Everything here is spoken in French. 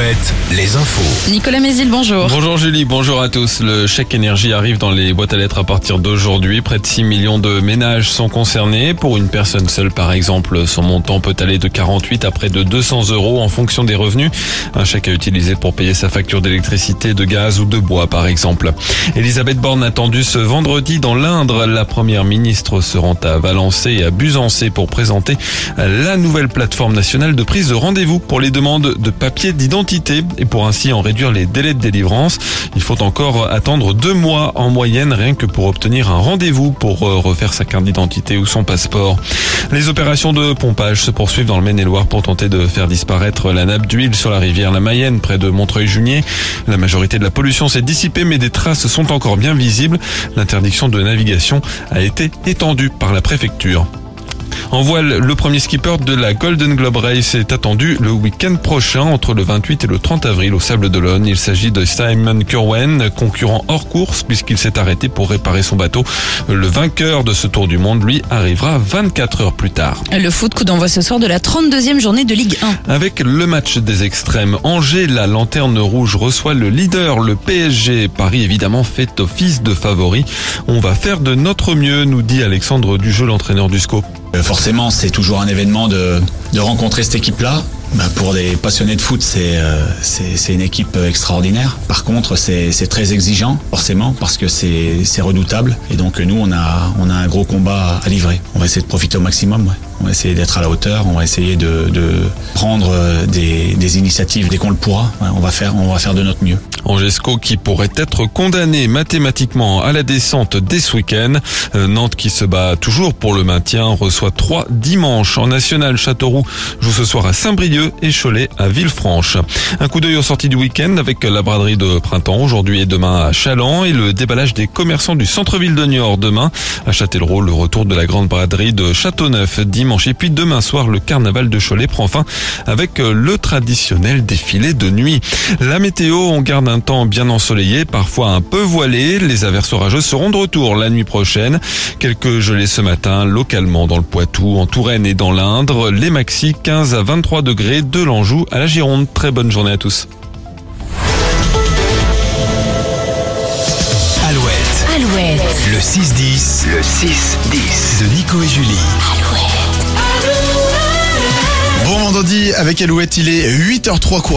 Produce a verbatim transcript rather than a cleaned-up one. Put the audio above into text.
Alouette, les infos. Nicolas Mézil, bonjour. Bonjour Julie, bonjour à tous. Le chèque énergie arrive dans les boîtes à lettres à partir d'aujourd'hui. Près de six millions de ménages sont concernés. Pour une personne seule, par exemple, son montant peut aller de quarante-huit à près de deux cents euros en fonction des revenus. Un chèque à utiliser pour payer sa facture d'électricité, de gaz ou de bois, par exemple. Elisabeth Borne attendue ce vendredi dans l'Indre. La première ministre se rend à Valençay et à Busancé pour présenter la nouvelle plateforme nationale de prise de rendez-vous pour les demandes de papier d'identité et pour ainsi en réduire les délais de délivrance. Il faut encore attendre deux mois en moyenne rien que pour obtenir un rendez-vous pour refaire sa carte d'identité ou son passeport. Les opérations de pompage se poursuivent dans le Maine-et-Loire pour tenter de faire disparaître la nappe d'huile sur la rivière la Mayenne près de Montreuil-Junier. La majorité de la pollution s'est dissipée mais des traces sont encore bien visibles. L'interdiction de navigation a été étendue par la préfecture. En voile, le premier skipper de la Golden Globe Race est attendu le week-end prochain entre le vingt-huit et le trente avril au Sables-d'Olonne. Il s'agit de Simon Curwen, concurrent hors course puisqu'il s'est arrêté pour réparer son bateau. Le vainqueur de ce Tour du Monde, lui, arrivera vingt-quatre heures plus tard. Le foot, coup d'envoi ce soir de la trente-deuxième journée de Ligue un. Avec le match des extrêmes, Angers, la lanterne rouge, reçoit le leader, le P S G. Paris, évidemment, fait office de favori. On va faire de notre mieux, nous dit Alexandre Dujeu, l'entraîneur du S C O. Forcément, c'est toujours un événement de, de rencontrer cette équipe-là. Bah pour des passionnés de foot, c'est euh, c'est c'est une équipe extraordinaire. Par contre, c'est c'est très exigeant, forcément, parce que c'est c'est redoutable. Et donc nous, on a on a un gros combat à livrer. On va essayer de profiter au maximum. Ouais. On va essayer d'être à la hauteur. On va essayer de de prendre des des initiatives dès qu'on le pourra. Ouais, on va faire on va faire de notre mieux. Angers S C O qui pourrait être condamné mathématiquement à la descente dès ce week-end. Nantes qui se bat toujours pour le maintien reçoit trois dimanches en national. Châteauroux joue ce soir à Saint-Brieuc et Cholet à Villefranche. Un coup d'œil aux sorties du week-end avec la braderie de printemps aujourd'hui et demain à Chaland et le déballage des commerçants du centre-ville de Niort demain. À Châtellerault, le retour de la grande braderie de Châteauneuf dimanche et puis demain soir, le carnaval de Cholet prend fin avec le traditionnel défilé de nuit. La météo, on garde un temps bien ensoleillé, parfois un peu voilé. Les averses orageuses seront de retour la nuit prochaine. Quelques gelées ce matin, localement dans le Poitou, en Touraine et dans l'Indre. Les maxi quinze à vingt-trois degrés de l'Anjou à la Gironde. Très bonne journée à tous. Alouette. Alouette. Le six dix. Le six dix. De Nico et Julie. Alouette. Bon vendredi avec Alouette, il est huit heures zéro trois.